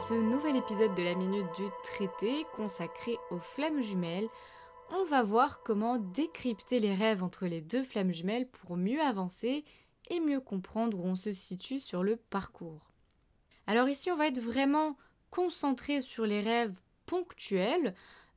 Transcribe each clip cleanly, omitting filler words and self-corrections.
ce nouvel épisode de la Minute du Traité consacré aux flammes jumelles, on va voir comment décrypter les rêves entre les deux flammes jumelles pour mieux avancer et mieux comprendre où on se situe sur le parcours. Alors ici, on va être vraiment concentré sur les rêves ponctuels.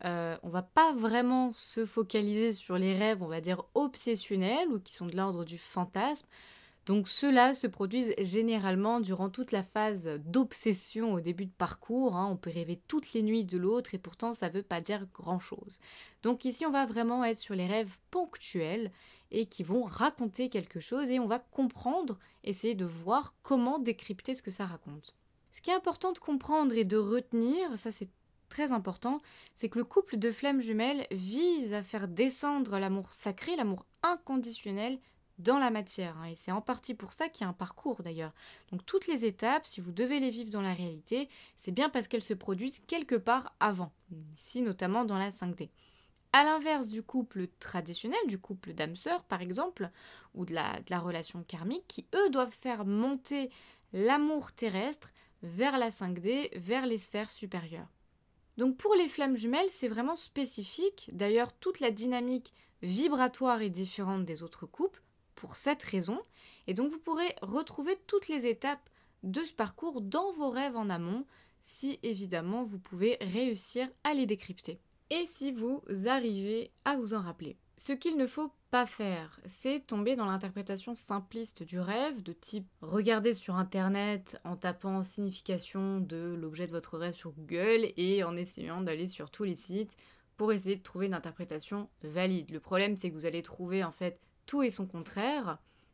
On va pas vraiment se focaliser sur les rêves, on va dire, obsessionnels ou qui sont de l'ordre du fantasme. Donc ceux-là se produisent généralement durant toute la phase d'obsession au début de parcours. On peut rêver toutes les nuits de l'autre et pourtant ça ne veut pas dire grand-chose. Donc ici on va vraiment être sur les rêves ponctuels et qui vont raconter quelque chose et on va comprendre, essayer de voir comment décrypter ce que ça raconte. Ce qui est important de comprendre et de retenir, ça c'est très important, c'est que le couple de flammes jumelles vise à faire descendre l'amour sacré, l'amour inconditionnel dans la matière. Et c'est en partie pour ça qu'il y a un parcours d'ailleurs. Donc toutes les étapes, si vous devez les vivre dans la réalité, c'est bien parce qu'elles se produisent quelque part avant, ici notamment dans la 5D. À l'inverse du couple traditionnel, du couple d'âme-sœur par exemple, ou de la relation karmique, qui eux doivent faire monter l'amour terrestre vers la 5D, vers les sphères supérieures. Donc pour les flammes jumelles, c'est vraiment spécifique. D'ailleurs, toute la dynamique vibratoire est différente des autres couples pour cette raison. Et donc vous pourrez retrouver toutes les étapes de ce parcours dans vos rêves en amont, si évidemment vous pouvez réussir à les décrypter. Et si vous arrivez à vous en rappeler. Ce qu'il ne faut pas faire, c'est tomber dans l'interprétation simpliste du rêve, de type regarder sur internet en tapant signification de l'objet de votre rêve sur Google et en essayant d'aller sur tous les sites pour essayer de trouver une interprétation valide. Le problème, c'est que vous allez trouver en fait tout et son contraire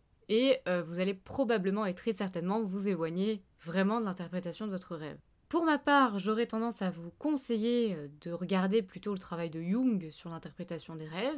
et vous allez probablement et très certainement vous éloigner vraiment de l'interprétation de votre rêve. Pour ma part, j'aurais tendance à vous conseiller de regarder plutôt le travail de Jung sur l'interprétation des rêves.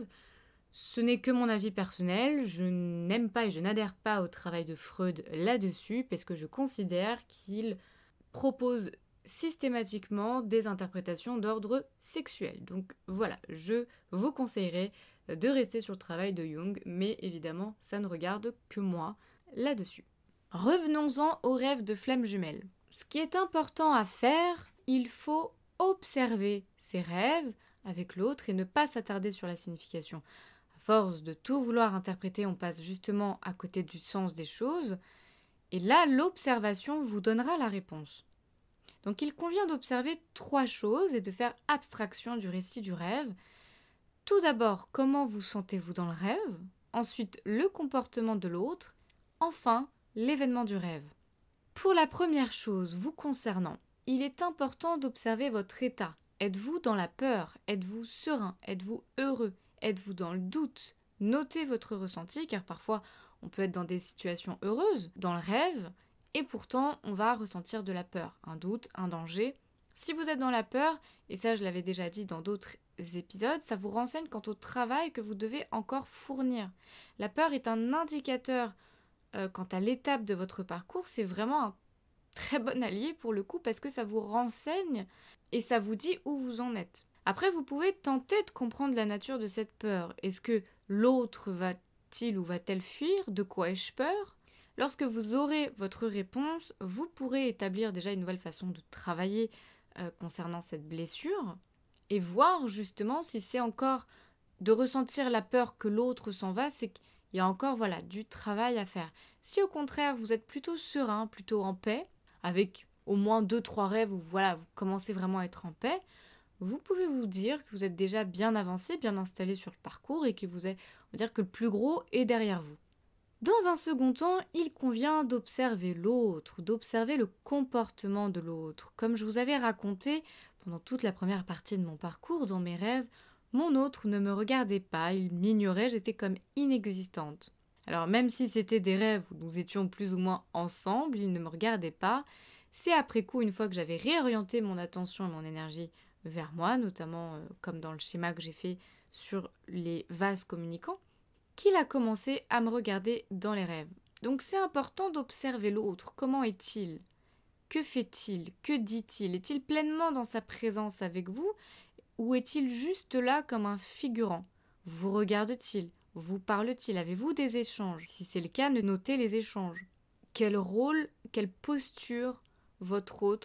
Ce n'est que mon avis personnel, je n'aime pas et je n'adhère pas au travail de Freud là-dessus parce que je considère qu'il propose systématiquement des interprétations d'ordre sexuel. Donc voilà, je vous conseillerais de rester sur le travail de Jung, mais évidemment, ça ne regarde que moi là-dessus. Revenons-en aux rêves de flammes jumelles. Ce qui est important à faire, il faut observer ces rêves avec l'autre et ne pas s'attarder sur la signification. À force de tout vouloir interpréter, on passe justement à côté du sens des choses. Et là, l'observation vous donnera la réponse. Donc il convient d'observer 3 choses et de faire abstraction du récit du rêve. Tout d'abord, comment vous sentez-vous dans le rêve. Ensuite, le comportement de l'autre. Enfin, l'événement du rêve. Pour la première chose vous concernant, il est important d'observer votre état. Êtes-vous dans la peur? Êtes-vous serein? Êtes-vous heureux? Êtes-vous dans le doute? Notez votre ressenti car parfois on peut être dans des situations heureuses, dans le rêve, et pourtant on va ressentir de la peur, un doute, un danger. Si vous êtes dans la peur, et ça je l'avais déjà dit dans d'autres épisodes, ça vous renseigne quant au travail que vous devez encore fournir. La peur est un indicateur quant à l'étape de votre parcours, c'est vraiment un très bon allié pour le coup parce que ça vous renseigne et ça vous dit où vous en êtes. Après, vous pouvez tenter de comprendre la nature de cette peur. Est-ce que l'autre va-t-il ou va-t-elle fuir? De quoi ai-je peur? Lorsque vous aurez votre réponse, vous pourrez établir déjà une nouvelle façon de travailler concernant cette blessure et voir justement si c'est encore de ressentir la peur que l'autre s'en va, c'est qu'il y a encore du travail à faire. Si au contraire vous êtes plutôt serein, plutôt en paix, avec au moins 2-3 rêves où vous commencez vraiment à être en paix, vous pouvez vous dire que vous êtes déjà bien avancé, bien installé sur le parcours et que on va dire que le plus gros est derrière vous. Dans un second temps, il convient d'observer l'autre, d'observer le comportement de l'autre. Comme je vous avais raconté pendant toute la première partie de mon parcours, dans mes rêves, mon autre ne me regardait pas, il m'ignorait, j'étais comme inexistante. Alors même si c'était des rêves où nous étions plus ou moins ensemble, il ne me regardait pas. C'est après coup, une fois que j'avais réorienté mon attention et mon énergie vers moi, notamment comme dans le schéma que j'ai fait sur les vases communicants, qu'il a commencé à me regarder dans les rêves. Donc c'est important d'observer l'autre. Comment est-il? Que fait-il? Que dit-il? Est-il pleinement dans sa présence avec vous? Ou est-il juste là comme un figurant? Vous regarde-t-il? Vous parle-t-il? Avez-vous des échanges? Si c'est le cas, notez les échanges. Quel rôle, quelle posture votre autre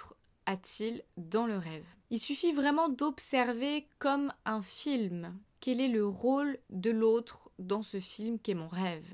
a-t-il dans le rêve? Il suffit vraiment d'observer comme un film. Quel est le rôle de l'autre dans ce film qu'est mon rêve?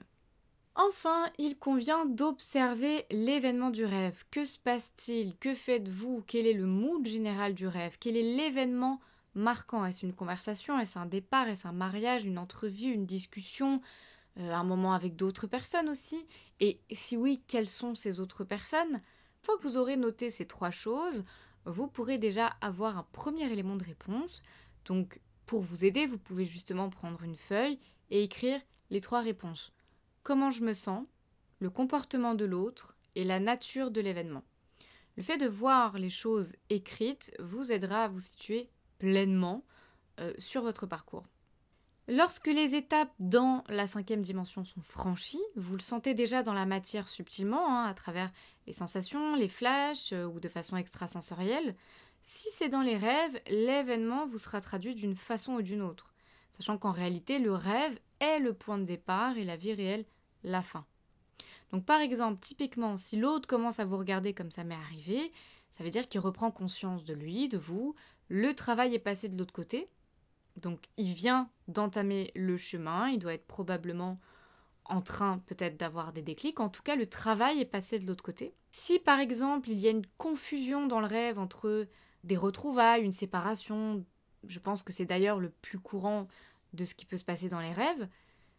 Enfin, il convient d'observer l'événement du rêve. Que se passe-t-il? Que faites-vous? Quel est le mood général du rêve? Quel est l'événement marquant? Est-ce une conversation? Est-ce un départ? Est-ce un mariage? Une entrevue? Une discussion? Un moment avec d'autres personnes aussi? Et si oui, quelles sont ces autres personnes? Une fois que vous aurez noté ces 3 choses, vous pourrez déjà avoir un premier élément de réponse. Donc, pour vous aider, vous pouvez justement prendre une feuille et écrire les 3 réponses. Comment je me sens, le comportement de l'autre et la nature de l'événement. Le fait de voir les choses écrites vous aidera à vous situer pleinement sur votre parcours. Lorsque les étapes dans la 5e dimension sont franchies, vous le sentez déjà dans la matière subtilement, à travers les sensations, les flashs ou de façon extrasensorielle. Si c'est dans les rêves, l'événement vous sera traduit d'une façon ou d'une autre, sachant qu'en réalité, le rêve est le point de départ et la vie réelle, la fin. Donc par exemple, typiquement, si l'autre commence à vous regarder comme ça m'est arrivé, ça veut dire qu'il reprend conscience de lui, de vous, le travail est passé de l'autre côté, donc il vient d'entamer le chemin, il doit être probablement en train peut-être d'avoir des déclics, en tout cas le travail est passé de l'autre côté. Si par exemple il y a une confusion dans le rêve entre des retrouvailles, une séparation, je pense que c'est d'ailleurs le plus courant de ce qui peut se passer dans les rêves,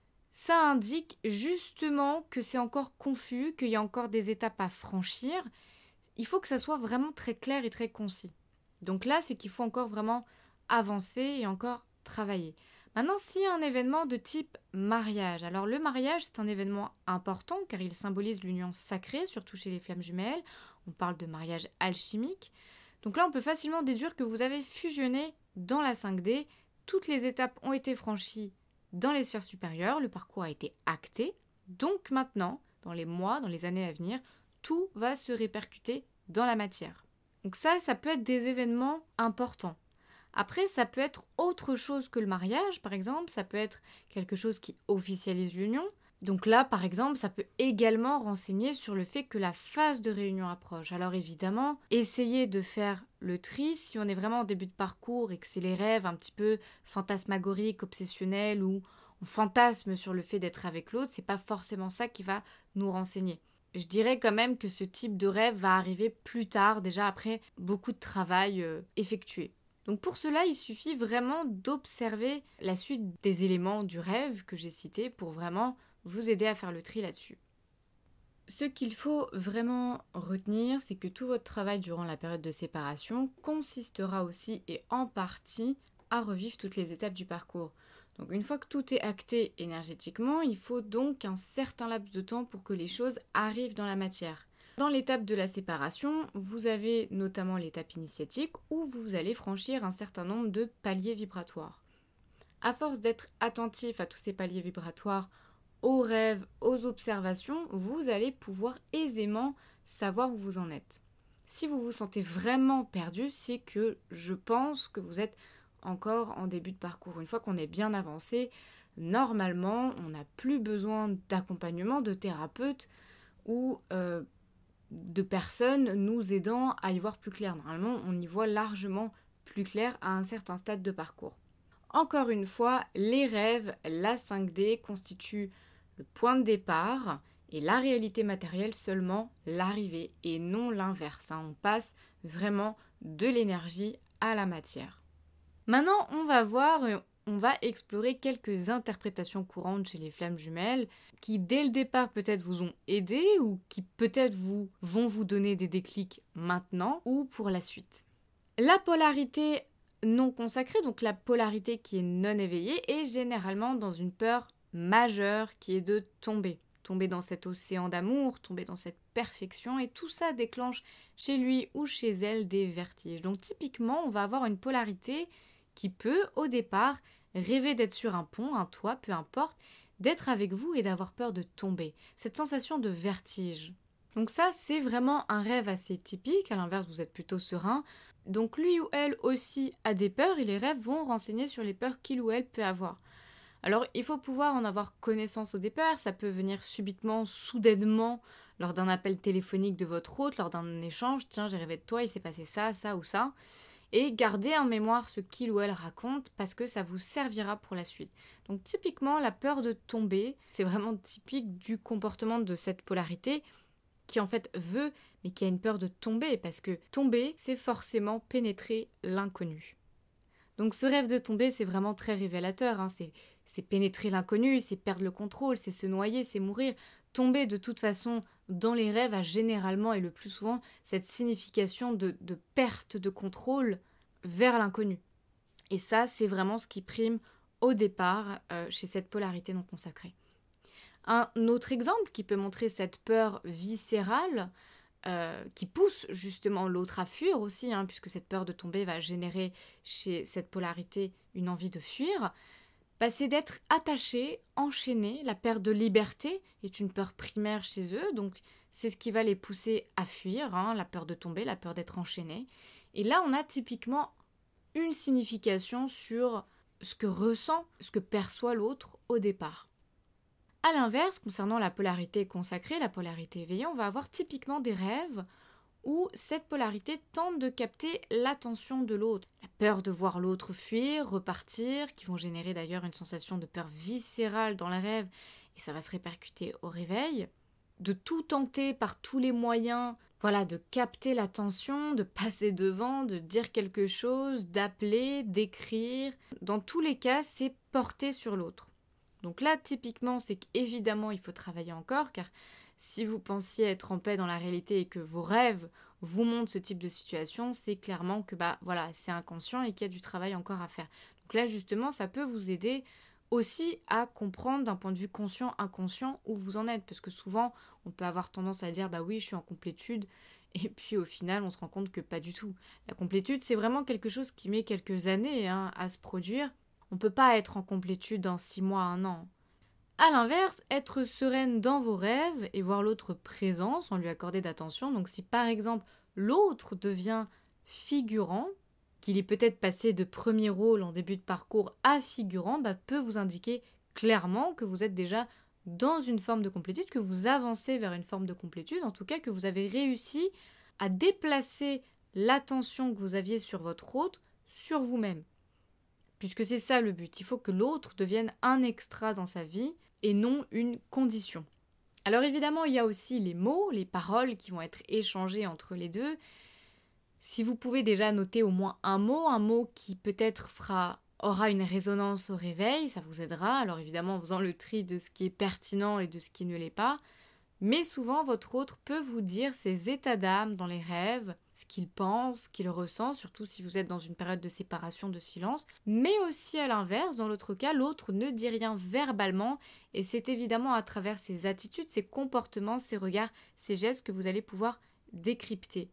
ça indique justement que c'est encore confus, qu'il y a encore des étapes à franchir. Il faut que ça soit vraiment très clair et très concis. Donc là, c'est qu'il faut encore vraiment avancer et encore travailler. Maintenant, s'il y a un événement de type mariage, alors le mariage, c'est un événement important car il symbolise l'union sacrée, surtout chez les flammes jumelles. On parle de mariage alchimique. Donc là, on peut facilement déduire que vous avez fusionné dans la 5D. Toutes les étapes ont été franchies dans les sphères supérieures, le parcours a été acté. Donc maintenant, dans les mois, dans les années à venir, tout va se répercuter dans la matière. Donc ça peut être des événements importants. Après, ça peut être autre chose que le mariage, par exemple. Ça peut être quelque chose qui officialise l'union. Donc là, par exemple, ça peut également renseigner sur le fait que la phase de réunion approche. Alors évidemment, essayez de faire le tri si on est vraiment en début de parcours et que c'est les rêves un petit peu fantasmagoriques, obsessionnels, où on fantasme sur le fait d'être avec l'autre, c'est pas forcément ça qui va nous renseigner. Je dirais quand même que ce type de rêve va arriver plus tard, déjà après beaucoup de travail effectué. Donc pour cela, il suffit vraiment d'observer la suite des éléments du rêve que j'ai cités pour vraiment vous aider à faire le tri là-dessus. Ce qu'il faut vraiment retenir, c'est que tout votre travail durant la période de séparation consistera aussi et en partie à revivre toutes les étapes du parcours. Donc une fois que tout est acté énergétiquement, il faut donc un certain laps de temps pour que les choses arrivent dans la matière. Dans l'étape de la séparation, vous avez notamment l'étape initiatique où vous allez franchir un certain nombre de paliers vibratoires. À force d'être attentif à tous ces paliers vibratoires, aux rêves, aux observations, vous allez pouvoir aisément savoir où vous en êtes. Si vous vous sentez vraiment perdu, c'est que je pense que vous êtes encore en début de parcours. Une fois qu'on est bien avancé, normalement, on n'a plus besoin d'accompagnement, de thérapeute ou de personnes nous aidant à y voir plus clair. Normalement, on y voit largement plus clair à un certain stade de parcours. Encore une fois, les rêves, la 5D constituent le point de départ et la réalité matérielle seulement l'arrivée et non l'inverse. On passe vraiment de l'énergie à la matière. Maintenant, on va explorer quelques interprétations courantes chez les flammes jumelles qui, dès le départ, peut-être vous ont aidé ou qui peut-être vont vous donner des déclics maintenant ou pour la suite. La polarité non consacrée, donc la polarité qui est non éveillée, est généralement dans une peur majeure qui est de tomber. Tomber dans cet océan d'amour, tomber dans cette perfection, et tout ça déclenche chez lui ou chez elle des vertiges. Donc typiquement, on va avoir une polarité qui peut, au départ, rêver d'être sur un pont, un toit, peu importe, d'être avec vous et d'avoir peur de tomber. Cette sensation de vertige. Donc ça, c'est vraiment un rêve assez typique. À l'inverse, vous êtes plutôt serein. Donc lui ou elle aussi a des peurs et les rêves vont renseigner sur les peurs qu'il ou elle peut avoir. Alors il faut pouvoir en avoir connaissance au départ, ça peut venir subitement, soudainement, lors d'un appel téléphonique de votre hôte, lors d'un échange, tiens, j'ai rêvé de toi, il s'est passé ça, ça ou ça. Et gardez en mémoire ce qu'il ou elle raconte parce que ça vous servira pour la suite. Donc typiquement, la peur de tomber, c'est vraiment typique du comportement de cette polarité qui en fait veut, mais qui a une peur de tomber parce que tomber, c'est forcément pénétrer l'inconnu. Donc ce rêve de tomber, c'est vraiment très révélateur, hein. C'est pénétrer l'inconnu, c'est perdre le contrôle, c'est se noyer, c'est mourir. Tomber de toute façon dans les rêves a généralement et le plus souvent cette signification de perte de contrôle vers l'inconnu. Et ça, c'est vraiment ce qui prime au départ chez cette polarité non consacrée. Un autre exemple qui peut montrer cette peur viscérale, qui pousse justement l'autre à fuir aussi, hein, puisque cette peur de tomber va générer chez cette polarité une envie de fuir, c'est d'être attaché, enchaîné. La perte de liberté est une peur primaire chez eux, donc c'est ce qui va les pousser à fuir, hein, la peur de tomber, la peur d'être enchaîné. Et là, on a typiquement une signification sur ce que ressent, ce que perçoit l'autre au départ. A l'inverse, concernant la polarité consacrée, la polarité éveillée, on va avoir typiquement des rêves où cette polarité tente de capter l'attention de l'autre. La peur de voir l'autre fuir, repartir, qui vont générer d'ailleurs une sensation de peur viscérale dans le rêve, et ça va se répercuter au réveil. De tout tenter par tous les moyens, de capter l'attention, de passer devant, de dire quelque chose, d'appeler, d'écrire. Dans tous les cas, c'est porter sur l'autre. Donc là, typiquement, c'est qu'évidemment, il faut travailler encore, car si vous pensiez être en paix dans la réalité et que vos rêves vous montrent ce type de situation, c'est clairement que c'est inconscient et qu'il y a du travail encore à faire. Donc là, justement, ça peut vous aider aussi à comprendre d'un point de vue conscient-inconscient où vous en êtes. Parce que souvent, on peut avoir tendance à dire « oui, je suis en complétude », et puis au final, on se rend compte que pas du tout. La complétude, c'est vraiment quelque chose qui met quelques années à se produire. On ne peut pas être en complétude dans 6 mois, 1 an. A l'inverse, être sereine dans vos rêves et voir l'autre présent sans lui accorder d'attention. Donc si par exemple l'autre devient figurant, qu'il est peut-être passé de premier rôle en début de parcours à figurant, peut vous indiquer clairement que vous êtes déjà dans une forme de complétude, que vous avancez vers une forme de complétude, en tout cas que vous avez réussi à déplacer l'attention que vous aviez sur votre hôte sur vous-même. Puisque c'est ça le but, il faut que l'autre devienne un extra dans sa vie et non une condition. Alors évidemment, il y a aussi les mots, les paroles qui vont être échangées entre les deux. Si vous pouvez déjà noter au moins un mot qui peut-être aura une résonance au réveil, ça vous aidera. Alors évidemment, en faisant le tri de ce qui est pertinent et de ce qui ne l'est pas. Mais souvent, votre autre peut vous dire ses états d'âme dans les rêves, ce qu'il pense, ce qu'il ressent, surtout si vous êtes dans une période de séparation, de silence. Mais aussi à l'inverse, dans l'autre cas, l'autre ne dit rien verbalement et c'est évidemment à travers ses attitudes, ses comportements, ses regards, ses gestes que vous allez pouvoir décrypter.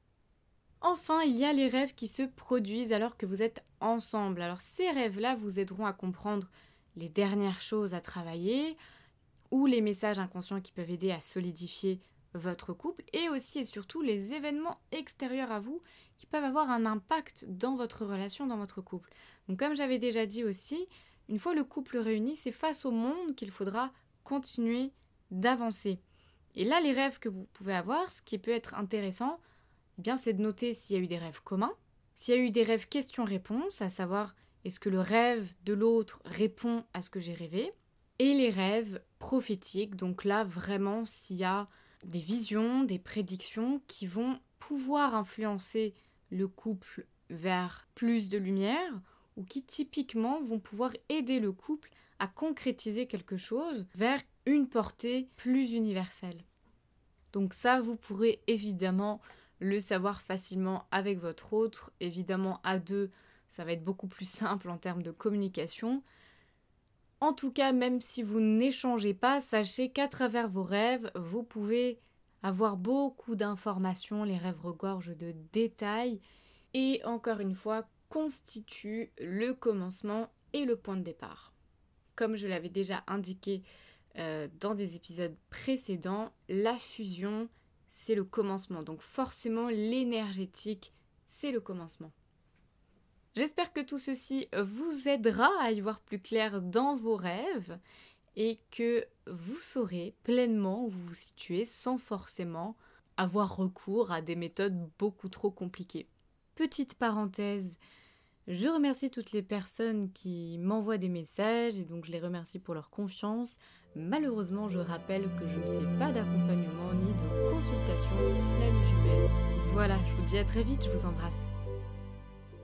Enfin, il y a les rêves qui se produisent alors que vous êtes ensemble. Alors ces rêves-là vous aideront à comprendre les dernières choses à travailler, ou les messages inconscients qui peuvent aider à solidifier votre couple, et aussi et surtout les événements extérieurs à vous qui peuvent avoir un impact dans votre relation, dans votre couple. Donc comme j'avais déjà dit aussi, une fois le couple réuni, c'est face au monde qu'il faudra continuer d'avancer. Et là, les rêves que vous pouvez avoir, ce qui peut être intéressant, c'est de noter s'il y a eu des rêves communs, s'il y a eu des rêves questions-réponses, à savoir est-ce que le rêve de l'autre répond à ce que j'ai rêvé, et les rêves prophétiques, donc là vraiment s'il y a des visions, des prédictions qui vont pouvoir influencer le couple vers plus de lumière ou qui typiquement vont pouvoir aider le couple à concrétiser quelque chose vers une portée plus universelle. Donc ça, vous pourrez évidemment le savoir facilement avec votre autre. Évidemment, à deux, ça va être beaucoup plus simple en termes de communication. En tout cas, même si vous n'échangez pas, sachez qu'à travers vos rêves, vous pouvez avoir beaucoup d'informations. Les rêves regorgent de détails et encore une fois, constituent le commencement et le point de départ. Comme je l'avais déjà indiqué dans des épisodes précédents, la fusion, c'est le commencement. Donc forcément, l'énergétique, c'est le commencement. J'espère que tout ceci vous aidera à y voir plus clair dans vos rêves. et que vous saurez pleinement où vous vous situez sans forcément avoir recours à des méthodes beaucoup trop compliquées. Petite parenthèse, je remercie toutes les personnes qui m'envoient des messages et donc je les remercie pour leur confiance. Malheureusement, je rappelle que je ne fais pas d'accompagnement ni de consultation flamme jumelle. Voilà, je vous dis à très vite, je vous embrasse.